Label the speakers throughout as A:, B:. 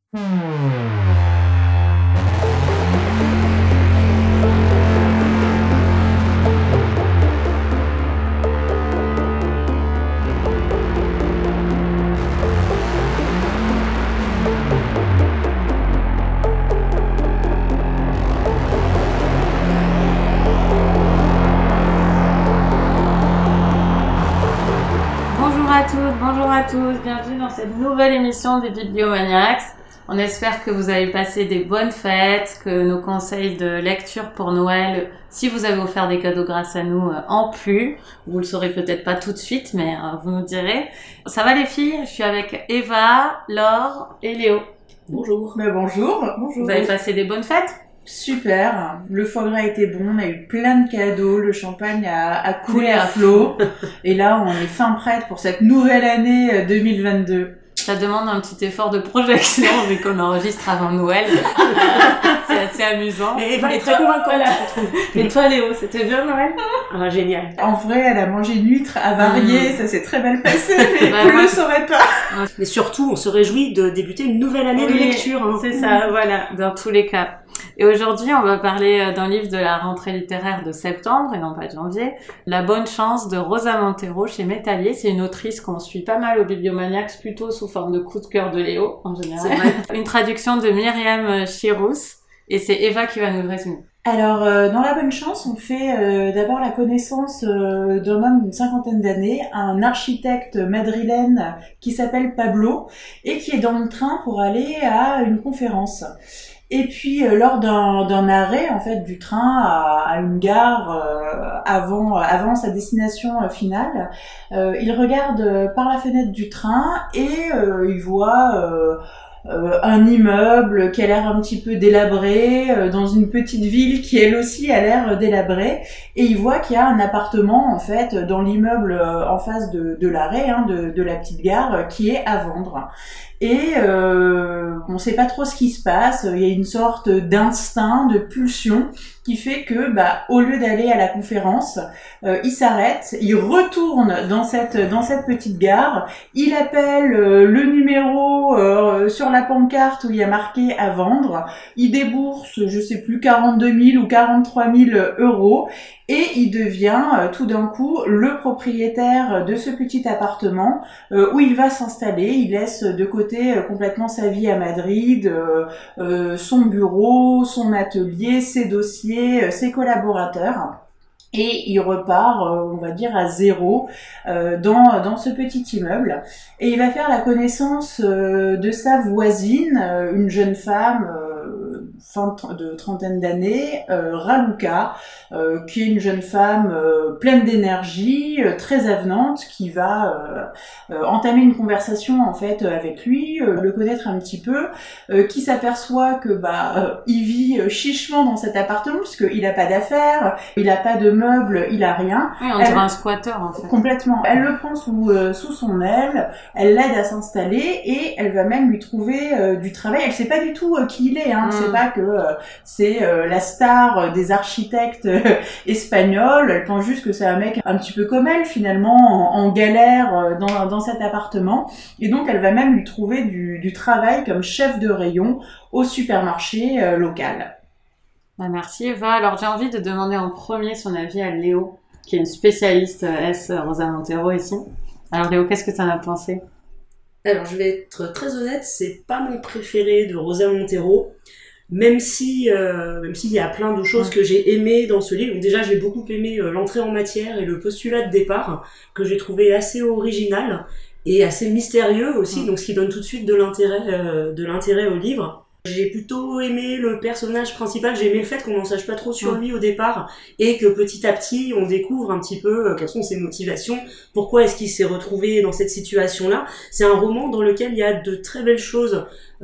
A: Bonjour à tous, bienvenue dans cette nouvelle émission des Bibliomaniacs. On espère que vous avez passé des bonnes fêtes, que nos conseils de lecture pour Noël, si vous avez offert des cadeaux grâce à nous, en plu. Vous le saurez peut-être pas tout de suite, mais vous nous direz. Ça va les filles? Je suis avec Eva, Laure et Léo.
B: Bonjour.
C: Bonjour.
A: Vous avez passé des bonnes fêtes?
C: Super, le foie gras était bon, on a eu plein de cadeaux, le champagne a coulé à flot. Et là, on est fin prête pour cette nouvelle année 2022.
A: Ça demande un petit effort de projection vu qu'on enregistre avant Noël. C'est assez amusant.
B: Et Eva est très convaincante, je trouve.
A: Et toi Léo, c'était bien Noël?
B: Ah, génial.
C: En vrai, elle a mangé une huître avariée, ça s'est très mal passé, mais
A: Bah,
C: vous
A: moi,
C: le saurez pas.
B: Mais surtout, on se réjouit de débuter une nouvelle année de lecture. Hein.
A: C'est ça, voilà, dans tous les cas. Et aujourd'hui, on va parler d'un livre de la rentrée littéraire de septembre, et non pas de janvier, La bonne chance de Rosa Montero chez Métallier. C'est une autrice qu'on suit pas mal au Bibliomaniacs, plutôt sous forme de coup de cœur de Léo, en général. Une traduction de Myriam Chirous, et c'est Eva qui va nous le résumer.
C: Alors, dans La bonne chance, on fait d'abord la connaissance d'un homme d'une cinquantaine d'années, un architecte madrilène qui s'appelle Pablo, et qui est dans le train pour aller à une conférence. Et puis lors d'un arrêt en fait du train à une gare avant sa destination finale, il regarde par la fenêtre du train et il voit un immeuble qui a l'air un petit peu délabré dans une petite ville qui elle aussi a l'air délabrée, et il voit qu'il y a un appartement en fait dans l'immeuble en face de l'arrêt de la petite gare qui est à vendre. Et on sait pas trop ce qui se passe, il y a une sorte d'instinct, de pulsion qui fait que au lieu d'aller à la conférence, il s'arrête, il retourne dans cette petite gare, il appelle le numéro sur la pancarte où il y a marqué à vendre, il débourse, je sais plus, 42 000 ou 43 000 euros, et il devient tout d'un coup le propriétaire de ce petit appartement où il va s'installer. Il laisse de côté complètement sa vie à Madrid, son bureau, son atelier, ses dossiers, ses collaborateurs. Et il repart, on va dire, à zéro dans ce petit immeuble. Et il va faire la connaissance de sa voisine, une jeune femme fin de trentaine d'années, Raluca, qui est une jeune femme pleine d'énergie, très avenante, qui va entamer une conversation en fait avec lui, le connaître un petit peu, qui s'aperçoit que il vit chichement dans cet appartement puisqu'il a pas d'affaires, il a pas de meubles, il a rien.
A: Oui, on dirait un squatter en fait.
C: Complètement. Elle le prend sous son aile, elle l'aide à s'installer et elle va même lui trouver du travail. Elle sait pas du tout qui il est, hein. C'est pas que c'est la star des architectes espagnols. Elle pense juste que c'est un mec un petit peu comme elle finalement, en galère dans cet appartement. Et donc elle va même lui trouver du travail comme chef de rayon au supermarché local.
A: Merci Eva. Alors j'ai envie de demander en premier son avis à Léo, qui est une spécialiste Rosa Montero ici. Alors Léo, qu'est-ce que tu en as pensé?
B: Alors, je vais être très honnête, c'est pas mon préféré de Rosa Montero, même s'il y a plein de choses que j'ai aimées dans ce livre. Donc, déjà, j'ai beaucoup aimé l'entrée en matière et le postulat de départ, que j'ai trouvé assez original et assez mystérieux aussi, donc ce qui donne tout de suite de l'intérêt au livre. J'ai plutôt aimé le personnage principal, j'ai aimé le fait qu'on n'en sache pas trop sur lui au départ et que petit à petit on découvre un petit peu quelles sont ses motivations, pourquoi est-ce qu'il s'est retrouvé dans cette situation-là. C'est un roman dans lequel il y a de très belles choses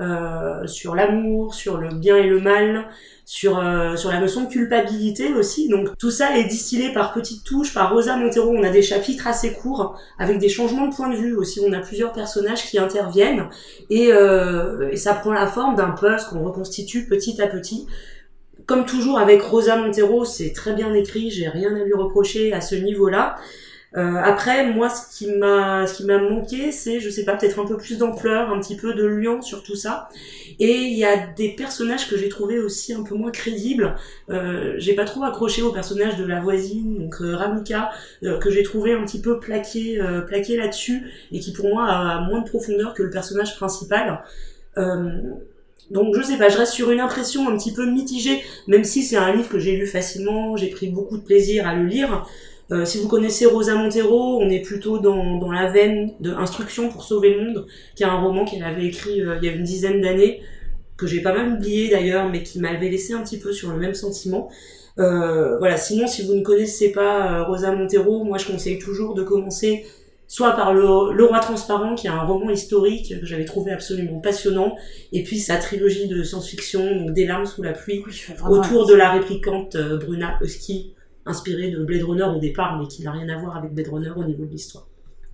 B: sur l'amour, sur le bien et le mal, sur la notion de culpabilité aussi. Donc tout ça est distillé par petites touches, par Rosa Montero. On a des chapitres assez courts avec des changements de point de vue aussi. On a plusieurs personnages qui interviennent et ça prend la forme d'un puzzle qu'on reconstitue petit à petit. Comme toujours avec Rosa Montero, c'est très bien écrit, j'ai rien à lui reprocher à ce niveau-là. Après, moi, ce qui m'a manqué, c'est, je sais pas, peut-être un peu plus d'ampleur, un petit peu de lion sur tout ça. Et il y a des personnages que j'ai trouvé aussi un peu moins crédibles. J'ai pas trop accroché au personnage de la voisine, donc Ramika, que j'ai trouvé un petit peu plaqué là-dessus, et qui pour moi a moins de profondeur que le personnage principal. Donc je sais pas, je reste sur une impression un petit peu mitigée, même si c'est un livre que j'ai lu facilement, j'ai pris beaucoup de plaisir à le lire. Si vous connaissez Rosa Montero, on est plutôt dans la veine de Instruction pour sauver le monde, qui est un roman qu'elle avait écrit il y a une dizaine d'années, que j'ai pas mal oublié d'ailleurs, mais qui m'avait laissé un petit peu sur le même sentiment. Voilà. Sinon, si vous ne connaissez pas Rosa Montero, moi je conseille toujours de commencer soit par le Roi Transparent, qui est un roman historique que j'avais trouvé absolument passionnant, et puis sa trilogie de science-fiction, donc Des larmes sous la pluie, autour de la réplicante Bruna Husky, inspirée de Blade Runner au départ, mais qui n'a rien à voir avec Blade Runner au niveau de l'histoire.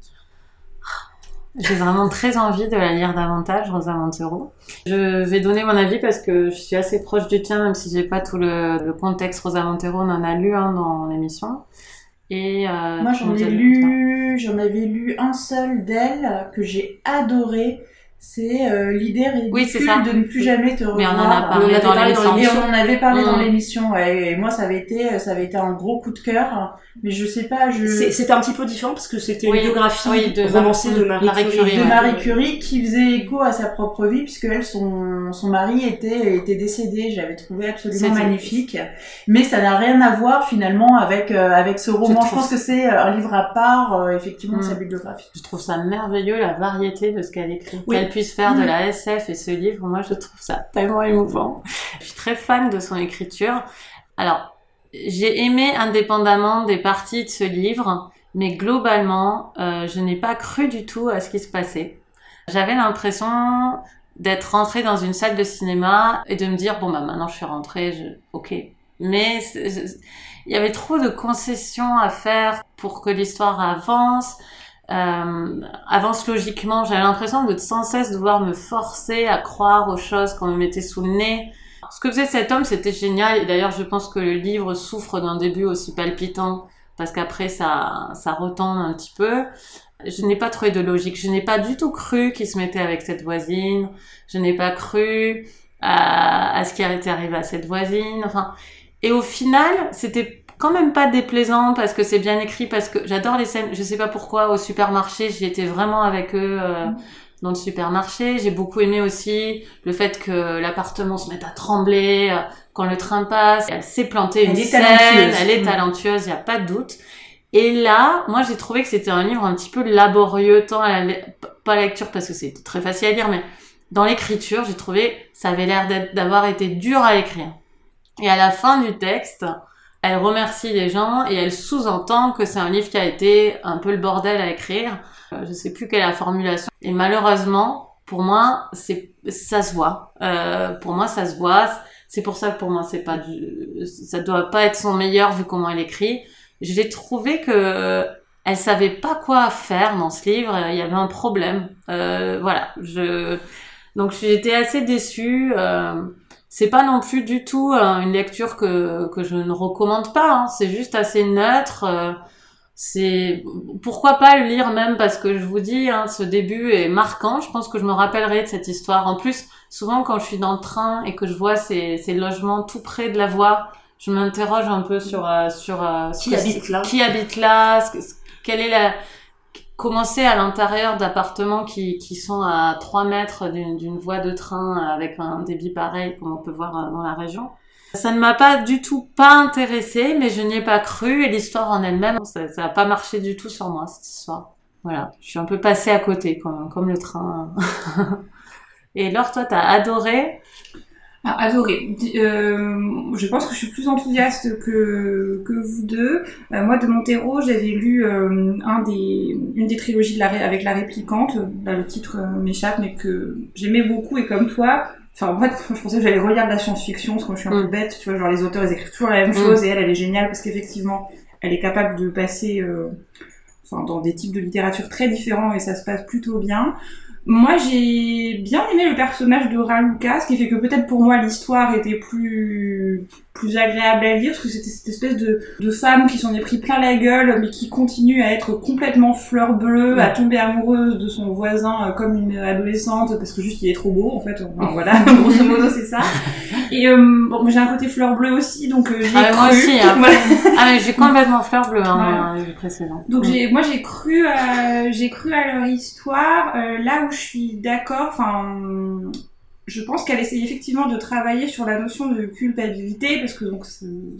A: J'ai vraiment très envie de la lire davantage, Rosa Montero. Je vais donner mon avis parce que je suis assez proche du tien, même si j'ai pas tout le contexte. Rosa Montero, on en a lu dans l'émission. Et
C: moi, j'en avais lu un seul d'elle que j'ai adoré. C'est l'idée ridicule de ne plus jamais te revoir.
A: Mais on en a parlé dans l'émission.
C: Et on en avait parlé dans l'émission, ouais. Et moi, ça avait été un gros coup de cœur. Mais je sais pas,
B: C'était un petit peu différent parce que c'était une biographie romancée de Marie Curie.
C: De Marie Curie qui faisait écho à sa propre vie puisque elle, son mari était décédé. J'avais trouvé absolument magnifique. Mais ça n'a rien à voir finalement avec ce roman. Je pense que c'est un livre à part, effectivement, de sa bibliographie.
A: Je trouve ça merveilleux, la variété de ce qu'elle écrit. Oui. Qu'elle puisse faire de la SF et ce livre, moi je trouve ça tellement émouvant. Je suis très fan de son écriture. Alors, j'ai aimé indépendamment des parties de ce livre, mais globalement, je n'ai pas cru du tout à ce qui se passait. J'avais l'impression d'être rentrée dans une salle de cinéma et de me dire, bon bah maintenant je suis rentrée, ok. Mais il y avait trop de concessions à faire pour que l'histoire avance logiquement. J'avais l'impression de sans cesse devoir me forcer à croire aux choses qu'on me mettait sous le nez. Ce que faisait cet homme, c'était génial. Et d'ailleurs, je pense que le livre souffre d'un début aussi palpitant parce qu'après, ça retombe un petit peu. Je n'ai pas trouvé de logique. Je n'ai pas du tout cru qu'il se mettait avec cette voisine. Je n'ai pas cru à ce qui était arrivé à cette voisine. Enfin, et au final, c'était quand même pas déplaisant parce que c'est bien écrit, parce que j'adore les scènes. Je sais pas pourquoi au supermarché, j'y étais vraiment avec eux. Dans le supermarché, j'ai beaucoup aimé aussi le fait que l'appartement se mette à trembler quand le train passe. Elle s'est plantée une scène, elle est talentueuse, il y a pas de doute. Et là, moi j'ai trouvé que c'était un livre un petit peu laborieux, tant à pas la lecture parce que c'était très facile à lire, mais dans l'écriture, j'ai trouvé ça avait l'air d'avoir été dur à écrire. Et à la fin du texte, elle remercie les gens et elle sous-entend que c'est un livre qui a été un peu le bordel à écrire. Je sais plus quelle est la formulation. Et malheureusement, pour moi, ça se voit. Pour moi, ça se voit. C'est pour ça que pour moi, ça doit pas être son meilleur vu comment elle écrit. J'ai trouvé que elle savait pas quoi faire dans ce livre. Il y avait un problème. Voilà. Donc j'étais assez déçue. C'est pas non plus du tout une lecture que je ne recommande pas. Hein. C'est juste assez neutre. Pourquoi pas le lire même parce que je vous dis, ce début est marquant. Je pense que je me rappellerai de cette histoire. En plus, souvent quand je suis dans le train et que je vois ces logements tout près de la voie, je m'interroge un peu sur qui habite là, quelle est comment c'est à l'intérieur d'appartements qui sont à 3 mètres d'une voie de train avec un débit pareil comme on peut voir dans la région. Ça ne m'a pas du tout pas intéressée, mais je n'y ai pas cru et l'histoire en elle-même, ça a pas marché du tout sur moi, cette histoire. Voilà. Je suis un peu passée à côté, comme le train. Et Laure, toi, t'as adoré?
D: Adoré. Je pense que je suis plus enthousiaste que vous deux. Moi, de Montero, j'avais lu une des trilogies avec la réplicante. Là, le titre m'échappe, mais que j'aimais beaucoup. Et comme toi, enfin, moi, je pensais que j'allais relire de la science-fiction, parce que je suis un peu bête, tu vois, genre les auteurs, ils écrivent toujours la même chose, et elle est géniale, parce qu'effectivement, elle est capable de passer dans des types de littérature très différents, et ça se passe plutôt bien. Moi, j'ai bien aimé le personnage de Raluca, ce qui fait que peut-être pour moi l'histoire était plus agréable à lire, parce que c'était cette espèce de femme qui s'en est pris plein la gueule, mais qui continue à être complètement fleur bleue, à tomber amoureuse de son voisin comme une adolescente, parce que juste il est trop beau, en fait. Enfin, voilà, grosso modo c'est ça. Et bon, j'ai un côté fleur bleue aussi, donc j'ai cru.
A: Moi aussi, hein.
D: Voilà.
A: Ah, mais j'ai complètement fleur bleue, hein, le précédent.
D: Donc j'ai cru à leur histoire. Là où je suis d'accord, enfin, je pense qu'elle essaye effectivement de travailler sur la notion de culpabilité, parce que donc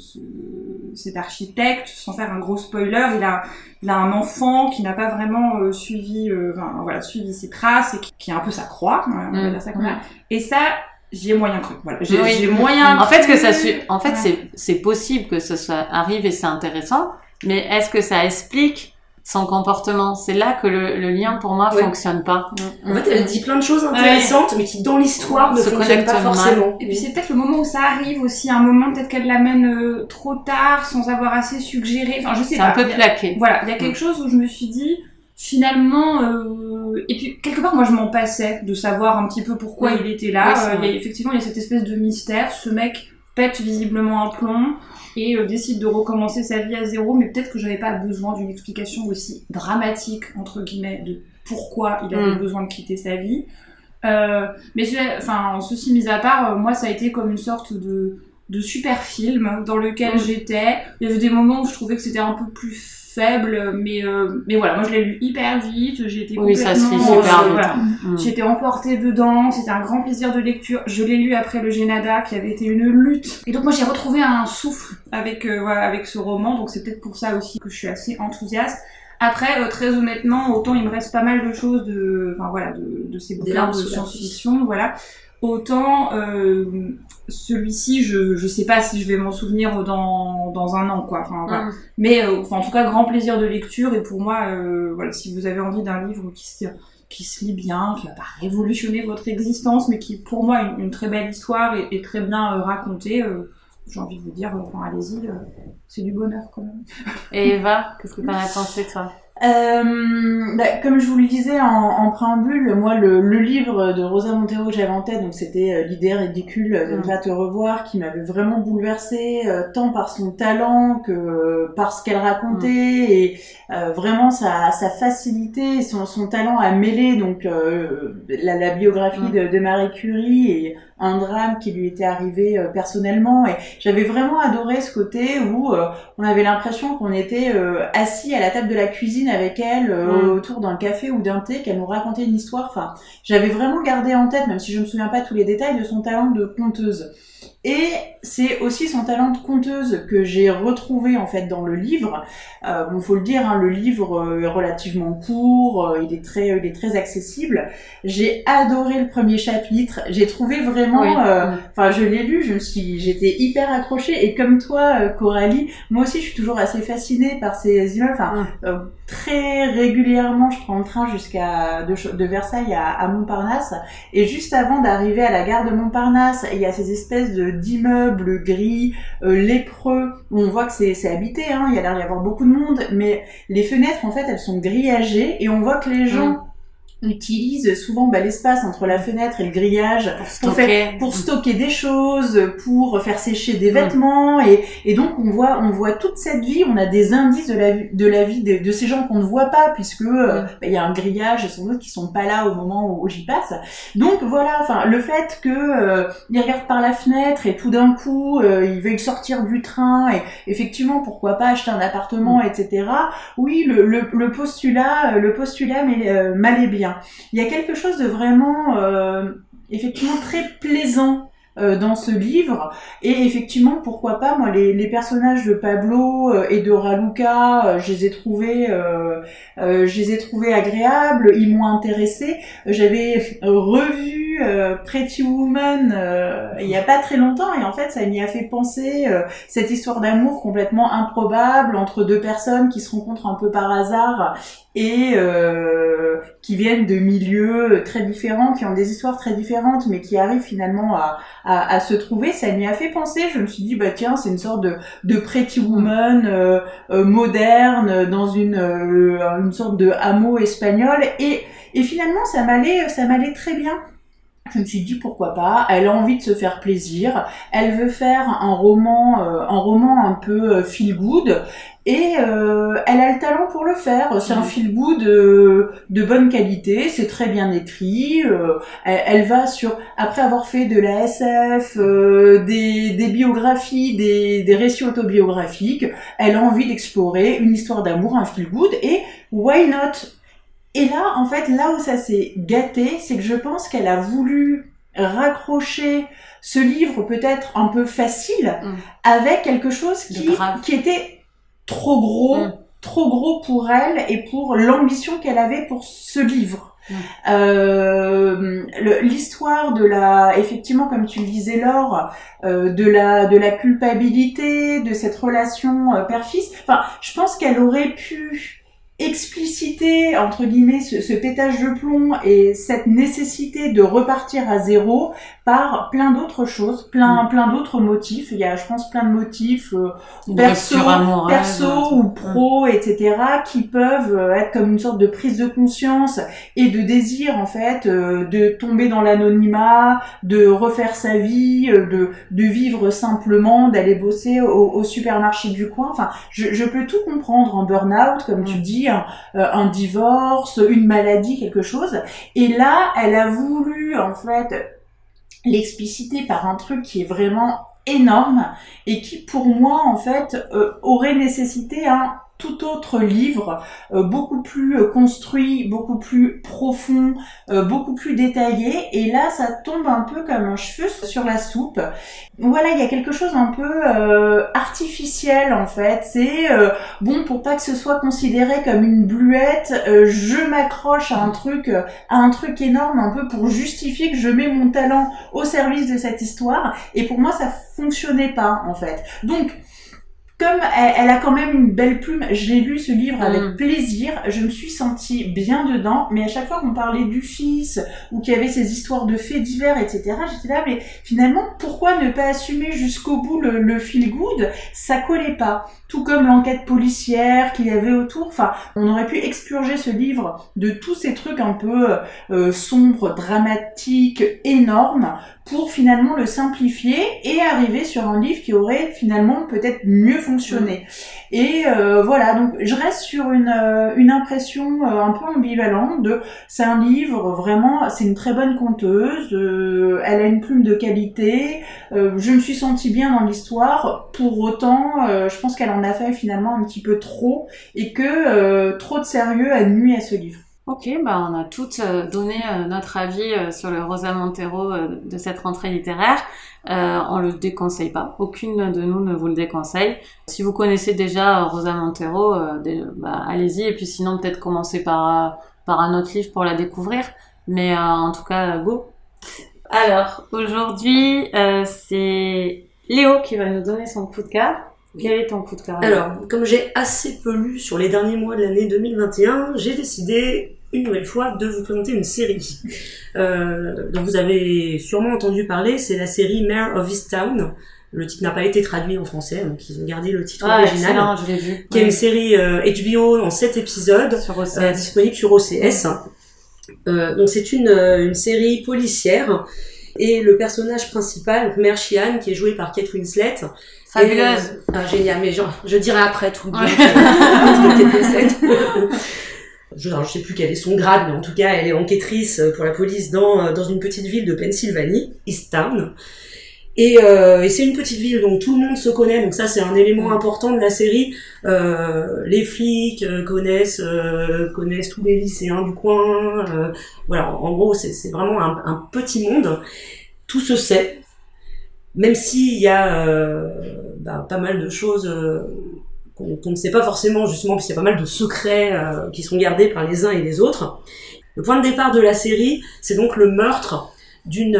D: cet architecte, sans faire un gros spoiler, il a un enfant qui n'a pas vraiment suivi ses traces et qui est un peu sa croix, on va dire ça comme ça. Et ça, j'y ai moyen cru. Voilà, j'ai moyen.
A: En fait, c'est possible que ça arrive et c'est intéressant, mais est-ce que ça explique son comportement? C'est là que le lien pour moi fonctionne pas.
B: En fait, elle dit plein de choses intéressantes, mais qui dans l'histoire ne fonctionnent pas forcément.
D: Et puis c'est peut-être le moment où ça arrive aussi, un moment peut-être qu'elle l'amène trop tard, sans avoir assez suggéré. Enfin, je sais pas.
A: C'est un peu plaqué.
D: Voilà, il y a quelque chose où je me suis dit, finalement, et puis quelque part moi je m'en passais de savoir un petit peu pourquoi il était là. Effectivement, il y a cette espèce de mystère. Ce mec pète visiblement un plomb et décide de recommencer sa vie à zéro, mais peut-être que j'avais pas besoin d'une explication aussi dramatique entre guillemets de pourquoi il avait besoin de quitter sa vie. Mais ceci mis à part, moi ça a été comme une sorte de super film dans lequel j'étais. Il y avait des moments où je trouvais que c'était un peu plus faible, mais voilà, moi je l'ai lu hyper vite, j'ai été complètement...
A: ça se lit super vite.
D: Voilà. J'étais emportée dedans, c'était un grand plaisir de lecture. Je l'ai lu après le Génada, qui avait été une lutte. Et donc moi j'ai retrouvé un souffle avec ce roman, donc c'est peut-être pour ça aussi que je suis assez enthousiaste. Après, très honnêtement, autant il me reste pas mal de choses de ces bouquins de science-fiction, voilà. Autant celui-ci, je sais pas si je vais m'en souvenir dans un an, quoi. Enfin, voilà. Mais en tout cas, grand plaisir de lecture. Et pour moi, si vous avez envie d'un livre qui se lit bien, qui va pas révolutionner votre existence, mais qui, pour moi, une très belle histoire et très bien racontée, j'ai envie de vous dire, allez-y, c'est du bonheur quand même.
A: Et Eva, qu'est-ce que t'en as pensé, toi?
C: Comme je vous le disais en préambule, moi le livre de Rosa Montero que j'avais en tête, donc c'était l'idée ridicule de ne pas te revoir, qui m'avait vraiment bouleversée, tant par son talent que par ce qu'elle racontait et vraiment sa facilité, son talent à mêler donc la biographie de Marie Curie et un drame qui lui était arrivé personnellement, et j'avais vraiment adoré ce côté où on avait l'impression qu'on était assis à la table de la cuisine avec elle autour d'un café ou d'un thé, qu'elle nous racontait une histoire. Enfin, j'avais vraiment gardé en tête, même si je me souviens pas tous les détails, de son talent de conteuse. Et c'est aussi son talent de conteuse que j'ai retrouvé en fait dans le livre. Faut le dire, le livre est relativement court, il est très accessible. J'ai adoré le premier chapitre. J'ai trouvé vraiment, je l'ai lu, j'étais hyper accrochée. Et comme toi, Coralie, moi aussi, je suis toujours assez fascinée par ces immeubles. Très régulièrement, je prends le train de Versailles à Montparnasse. Et juste avant d'arriver à la gare de Montparnasse, il y a ces espèces d'immeubles gris, lépreux, où on voit que c'est habité, il y a l'air d'y avoir beaucoup de monde, mais les fenêtres, en fait, elles sont grillagées, et on voit que les gens utilisent souvent l'espace entre la fenêtre et le grillage pour stocker des choses, pour faire sécher des vêtements, et donc on voit toute cette vie. On a des indices de la vie de ces gens qu'on ne voit pas, puisque il y a un grillage et sans doute qui sont pas là au moment où j'y passe. Donc voilà, le fait que ils regardent par la fenêtre et tout d'un coup ils veulent sortir du train, et effectivement pourquoi pas acheter un appartement, etc. Oui, le postulat m'allait bien. Il y a quelque chose de vraiment effectivement très plaisant dans ce livre, et effectivement pourquoi pas, moi les personnages de Pablo et de Raluca, je les ai trouvés agréables, ils m'ont intéressée. J'avais revu Pretty Woman il y a pas très longtemps, et en fait ça m'y a fait penser, cette histoire d'amour complètement improbable entre deux personnes qui se rencontrent un peu par hasard et qui viennent de milieux très différents, qui ont des histoires très différentes, mais qui arrivent finalement à se trouver. Ça m'y a fait penser. Je me suis dit, bah tiens, c'est une sorte de Pretty Woman moderne dans une sorte de hameau espagnol, et finalement ça m'allait très bien. Je me suis dit pourquoi pas, elle a envie de se faire plaisir, elle veut faire un roman un peu feel good, et elle a le talent pour le faire. C'est un feel good de bonne qualité, c'est très bien écrit. Elle va après avoir fait de la SF, des biographies, des récits autobiographiques, elle a envie d'explorer une histoire d'amour, un feel good, et why not? Et là, en fait, là où ça s'est gâté, c'est que je pense qu'elle a voulu raccrocher ce livre peut-être un peu facile avec quelque chose qui était trop gros pour elle et pour l'ambition qu'elle avait pour ce livre. L'histoire effectivement, comme tu le disais, Laure, de la culpabilité, de cette relation père-fils. Enfin, je pense qu'elle aurait pu expliciter, entre guillemets, ce pétage de plomb et cette nécessité de repartir à zéro par plein d'autres choses, plein d'autres motifs. Il y a, je pense, plein de motifs perso ou pro, etc., qui peuvent être comme une sorte de prise de conscience et de désir, en fait, de tomber dans l'anonymat, de refaire sa vie, de vivre simplement, d'aller bosser au supermarché du coin. Enfin, je peux tout comprendre en burn-out, comme tu dis, un divorce, une maladie, quelque chose. Et là, elle a voulu, en fait, l'expliciter par un truc qui est vraiment énorme et qui, pour moi, en fait, aurait nécessité un tout autre livre, beaucoup plus construit, beaucoup plus profond, beaucoup plus détaillé, et là ça tombe un peu comme un cheveu sur la soupe. Voilà, il y a quelque chose un peu artificiel, en fait. C'est bon, pour pas que ce soit considéré comme une bluette, je m'accroche à un truc énorme, un peu pour justifier que je mets mon talent au service de cette histoire, et pour moi ça fonctionnait pas, en fait. Donc comme elle a quand même une belle plume, j'ai lu ce livre avec plaisir, je me suis sentie bien dedans, mais à chaque fois qu'on parlait du fils, ou qu'il y avait ces histoires de faits divers, etc., j'étais là, mais finalement, pourquoi ne pas assumer jusqu'au bout le feel good? Ça collait pas. Tout comme l'enquête policière qu'il y avait autour, enfin, on aurait pu expurger ce livre de tous ces trucs un peu sombres, dramatiques, énormes, pour finalement le simplifier et arriver sur un livre qui aurait finalement peut-être mieux fonctionné. Et voilà, donc je reste sur une impression un peu ambivalente c'est un livre vraiment, c'est une très bonne conteuse, elle a une plume de qualité, je me suis sentie bien dans l'histoire, pour autant je pense qu'elle en a fait finalement un petit peu trop, et que trop de sérieux a nui à ce livre.
A: Ok, bah on a toutes donné notre avis sur le Rosa Montero de cette rentrée littéraire. On le déconseille pas. Aucune de nous ne vous le déconseille. Si vous connaissez déjà Rosa Montero, allez-y. Et puis sinon, peut-être commencer par un autre livre pour la découvrir. Mais en tout cas, go. Alors, aujourd'hui, c'est Léo qui va nous donner son coup de cœur. Quel est ton coup de cœur?
B: Alors, comme j'ai assez peu lu sur les derniers mois de l'année 2021, j'ai décidé une nouvelle fois de vous présenter une série dont vous avez sûrement entendu parler. C'est la série Mare of Easttown. Le titre n'a pas été traduit en français, donc ils ont gardé le titre original.
A: Excellent, je l'ai vu.
B: Qui est une série HBO en 7 épisodes, disponible sur OCS. Donc c'est une série policière, et le personnage principal, Mare Sheehan, qui est joué par Kate Winslet.
A: Fabuleuse.
B: Génial, mais je dirai après tout le bien. Je sais plus quel est son grade, mais en tout cas, elle est enquêtrice pour la police dans une petite ville de Pennsylvanie, Easttown. Et c'est une petite ville, donc tout le monde se connaît, donc ça c'est un élément important de la série. Les flics connaissent tous les lycéens du coin. Voilà, en gros, c'est vraiment un petit monde. Tout se sait, même s'il y a pas mal de choses qu'on ne sait pas forcément, justement, parce qu'il y a pas mal de secrets qui sont gardés par les uns et les autres. Le point de départ de la série, c'est donc le meurtre d'une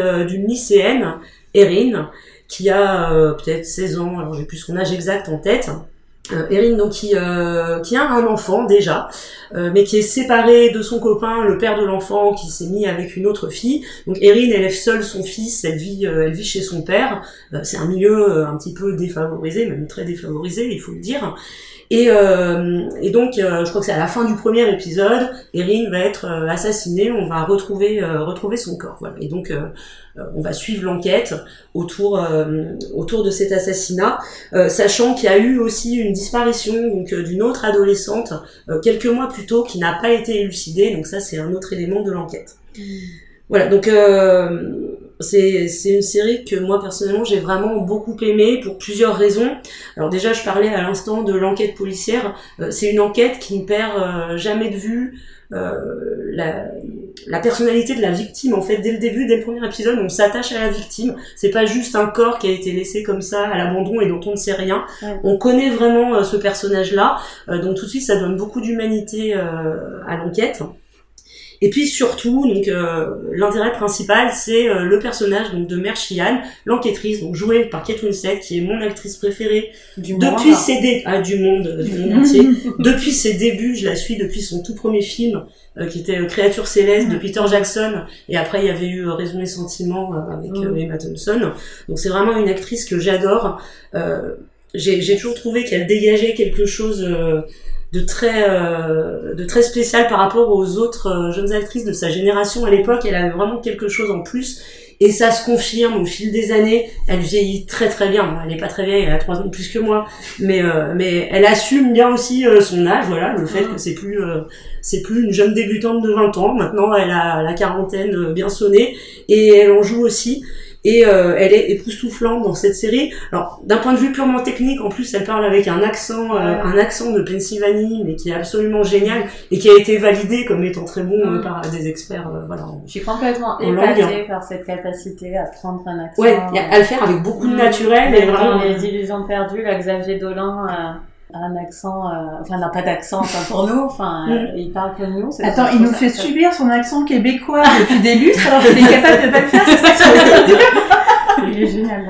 B: lycéenne, Erin, qui a peut-être 16 ans, alors j'ai plus son âge exact en tête, Erin, donc qui a un enfant déjà, mais qui est séparé de son copain, le père de l'enfant, qui s'est mis avec une autre fille. Donc Erin élève seule son fils, elle vit chez son père. C'est un milieu un petit peu défavorisé, même très défavorisé, il faut le dire. Et donc, je crois que c'est à la fin du premier épisode, Erin va être assassinée, on va retrouver son corps. Voilà. Et donc, on va suivre l'enquête autour de cet assassinat, sachant qu'il y a eu aussi une disparition donc d'une autre adolescente quelques mois plus tôt qui n'a pas été élucidée. Donc ça, c'est un autre élément de l'enquête. Voilà. Donc c'est une série que moi personnellement j'ai vraiment beaucoup aimée pour plusieurs raisons. Alors déjà, je parlais à l'instant de l'enquête policière. C'est une enquête qui ne perd jamais de vue la personnalité de la victime. En fait, dès le début, dès le premier épisode, on s'attache à la victime. C'est pas juste un corps qui a été laissé comme ça à l'abandon et dont on ne sait rien. Ouais. On connaît vraiment ce personnage-là. Donc tout de suite, ça donne beaucoup d'humanité à l'enquête. Et puis surtout, donc l'intérêt principal, c'est le personnage donc de Mère Sheehan, l'enquêtrice, donc jouée par Kate Winslet, qui est mon actrice préférée depuis ses débuts, du monde entier. Depuis ses débuts, je la suis depuis son tout premier film, qui était Créature céleste de Peter Jackson, et après il y avait eu Raison et Sentiment avec Emma Thompson. Donc c'est vraiment une actrice que j'adore. J'ai toujours trouvé qu'elle dégageait quelque chose de très spécial par rapport aux autres jeunes actrices de sa génération à l'époque. Elle avait vraiment quelque chose en plus, et ça se confirme au fil des années. Elle vieillit très très bien. Bon, elle est pas très vieille, elle a 3 ans de plus que moi, mais elle assume bien aussi son âge, voilà, le fait que c'est plus une jeune débutante de 20 ans. Maintenant, elle a la quarantaine bien sonnée, et elle en joue aussi. Et elle est époustouflante dans cette série. Alors, d'un point de vue purement technique, en plus, elle parle avec un accent de Pennsylvanie, mais qui est absolument génial et qui a été validé comme étant très bon par des experts. Voilà.
A: Je suis complètement épatée par cette capacité à prendre un accent.
B: Ouais, à le faire avec beaucoup de naturel. Et vraiment.
A: Les Illusions perdues, là, Xavier Dolan un accent, enfin n'a pas d'accent pour nous, il parle comme nous.
C: Attends, il nous fait subir son accent québécois depuis des lustres alors qu'il est capable de pas le faire, c'est ça que ça veut dire. Il est génial.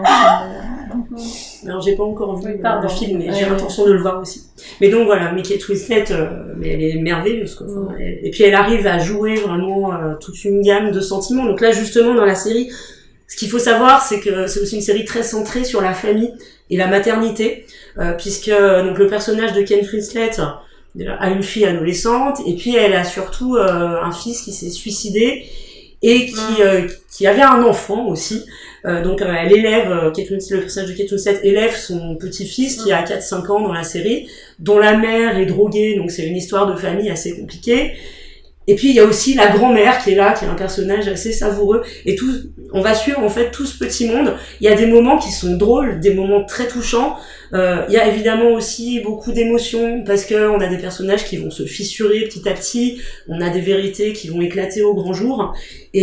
B: Alors j'ai pas encore vu le film, mais j'ai l'intention de le voir aussi. Mais donc voilà, Kate Winslet, elle est merveilleuse quoi. Et puis elle arrive à jouer vraiment toute une gamme de sentiments. Donc là justement dans la série, ce qu'il faut savoir, c'est que c'est aussi une série très centrée sur la famille et la maternité, puisque donc le personnage de Kate Winslet a une fille adolescente, et puis elle a surtout un fils qui s'est suicidé et qui avait un enfant aussi. Donc elle élève, le personnage de Kate Winslet élève son petit-fils qui a 4-5 ans dans la série, dont la mère est droguée, donc c'est une histoire de famille assez compliquée. Et puis il y a aussi la grand-mère qui est là, qui est un personnage assez savoureux, et on va suivre en fait tout ce petit monde. Il y a des moments qui sont drôles, des moments très touchants. Il y a évidemment aussi beaucoup d'émotions parce que on a des personnages qui vont se fissurer petit à petit, on a des vérités qui vont éclater au grand jour,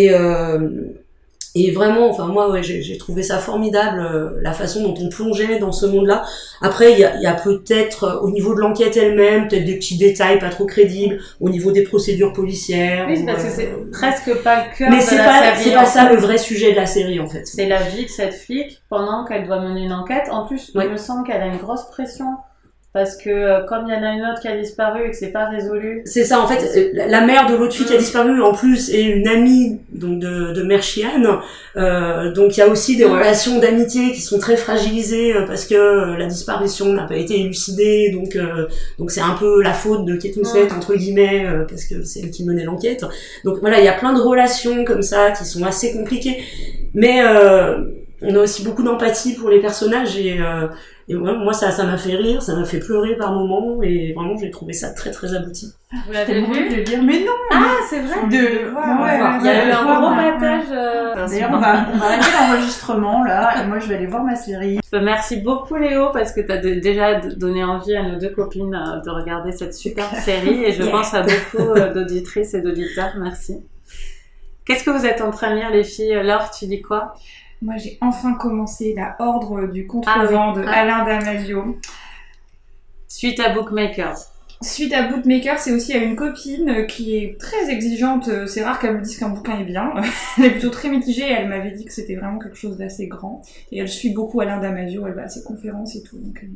B: et vraiment, enfin moi, j'ai trouvé ça formidable, la façon dont on plongeait dans ce monde-là. Après, il y a peut-être, au niveau de l'enquête elle-même, peut-être des petits détails pas trop crédibles, au niveau des procédures policières.
A: Oui, parce que c'est presque pas le cœur de
B: la série. Mais c'est pas ça le vrai sujet de la série, en fait.
A: C'est la vie de cette flic pendant qu'elle doit mener une enquête. En plus, il me semble qu'elle a une grosse pression. Parce que comme il y en a une autre qui a disparu et que c'est pas résolu.
B: C'est ça, en fait, la mère de l'autre fille qui a disparu en plus est une amie donc de Mère Sheehan. Donc il y a aussi des relations d'amitié qui sont très fragilisées parce que la disparition n'a pas été élucidée. Donc c'est un peu la faute de Kate Winslet entre guillemets parce que c'est elle qui menait l'enquête. Donc voilà, il y a plein de relations comme ça qui sont assez compliquées. Mais on a aussi beaucoup d'empathie pour les personnages et moi ça m'a fait rire, ça m'a fait pleurer par moments, et vraiment j'ai trouvé ça très très abouti.
A: Vous l'avez vu
C: de lire, mais non.
A: Ah c'est vrai.
C: Il
A: y a eu un gros battage.
C: D'ailleurs on va arrêter l'enregistrement là, et moi je vais aller voir ma série.
A: Merci beaucoup Léo parce que t'as déjà donné envie à nos deux copines de regarder cette super série, et je pense à beaucoup d'auditrices et d'auditeurs. Merci. Qu'est-ce que vous êtes en train de lire les filles? Laure, tu dis quoi?
D: Moi, j'ai enfin commencé La Ordre du Contrevent de Alain Damasio.
A: Suite à Bookmakers.
D: Suite à Bookmakers, c'est aussi à une copine qui est très exigeante. C'est rare qu'elle me dise qu'un bouquin est bien. Elle est plutôt très mitigée, et elle m'avait dit que c'était vraiment quelque chose d'assez grand. Et elle suit beaucoup Alain Damasio, elle va à ses conférences et tout. Donc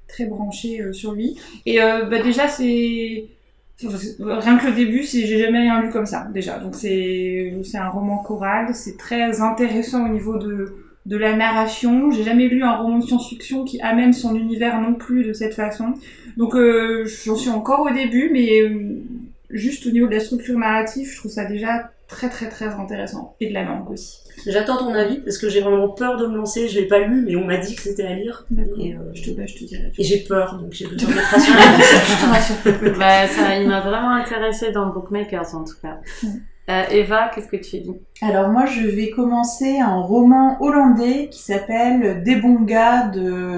D: très branchée sur lui. Et déjà, rien que le début, j'ai jamais rien lu comme ça déjà. Donc c'est un roman choral, c'est très intéressant au niveau de la narration. J'ai jamais lu un roman de science-fiction qui amène son univers non plus de cette façon. Donc j'en suis encore au début, mais juste au niveau de la structure narrative, je trouve ça déjà très très très intéressant. Et de la langue aussi.
B: J'attends ton avis parce que j'ai vraiment peur de me lancer. Je l'ai pas lu, mais on m'a dit que c'était à lire.
D: Et je te dirai.
B: Et j'ai peur, donc j'ai besoin d'être rassurée.
A: Il m'a vraiment intéressée dans Bookmakers en tout cas. Eva, qu'est-ce que tu dis?
C: Alors moi, je vais commencer un roman hollandais qui s'appelle Des bons gars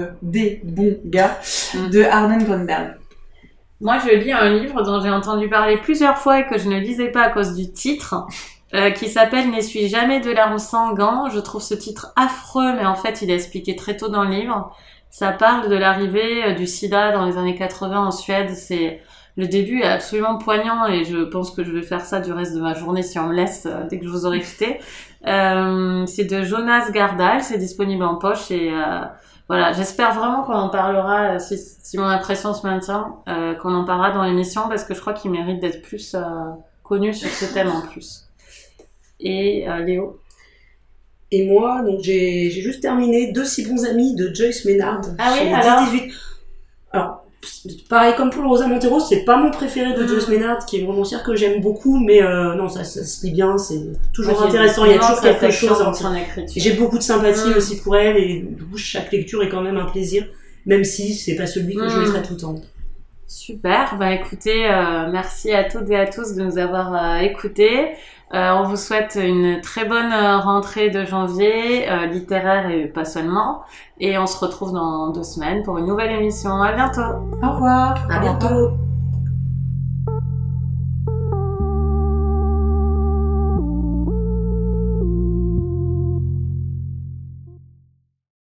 C: de Arnon Grunberg.
A: Moi, je lis un livre dont j'ai entendu parler plusieurs fois et que je ne lisais pas à cause du titre, qui s'appelle « N'essuie jamais de larmes sans gants ». Je trouve ce titre affreux, mais en fait, il est expliqué très tôt dans le livre. Ça parle de l'arrivée du sida dans les années 80 en Suède. Le début est absolument poignant et je pense que je vais faire ça du reste de ma journée si on me laisse dès que je vous aurai quitté. C'est de Jonas Gardal, c'est disponible en poche et voilà, j'espère vraiment qu'on en parlera, si mon impression se maintient, qu'on en parlera dans l'émission parce que je crois qu'il mérite d'être plus connu sur ce thème en plus. Et Léo?
B: Et moi, donc j'ai juste terminé 2 si bons amis de Joyce Maynard.
A: Ah oui, alors
B: 10-18. Alors, pareil comme pour le Rosa Montero, c'est pas mon préféré de Joyce Maynard, qui est une romancière que j'aime beaucoup, mais non, ça se lit bien, c'est toujours intéressant, il y a toujours quelque chose en son écriture. J'ai beaucoup de sympathie aussi pour elle, et du coup, chaque lecture est quand même un plaisir, même si c'est pas celui que je mettrai tout le temps.
A: Super, écoutez, merci à toutes et à tous de nous avoir écoutés. On vous souhaite une très bonne rentrée de janvier, littéraire et pas seulement. Et on se retrouve dans 2 semaines pour une nouvelle émission. À bientôt.
C: Au revoir.
B: À bientôt.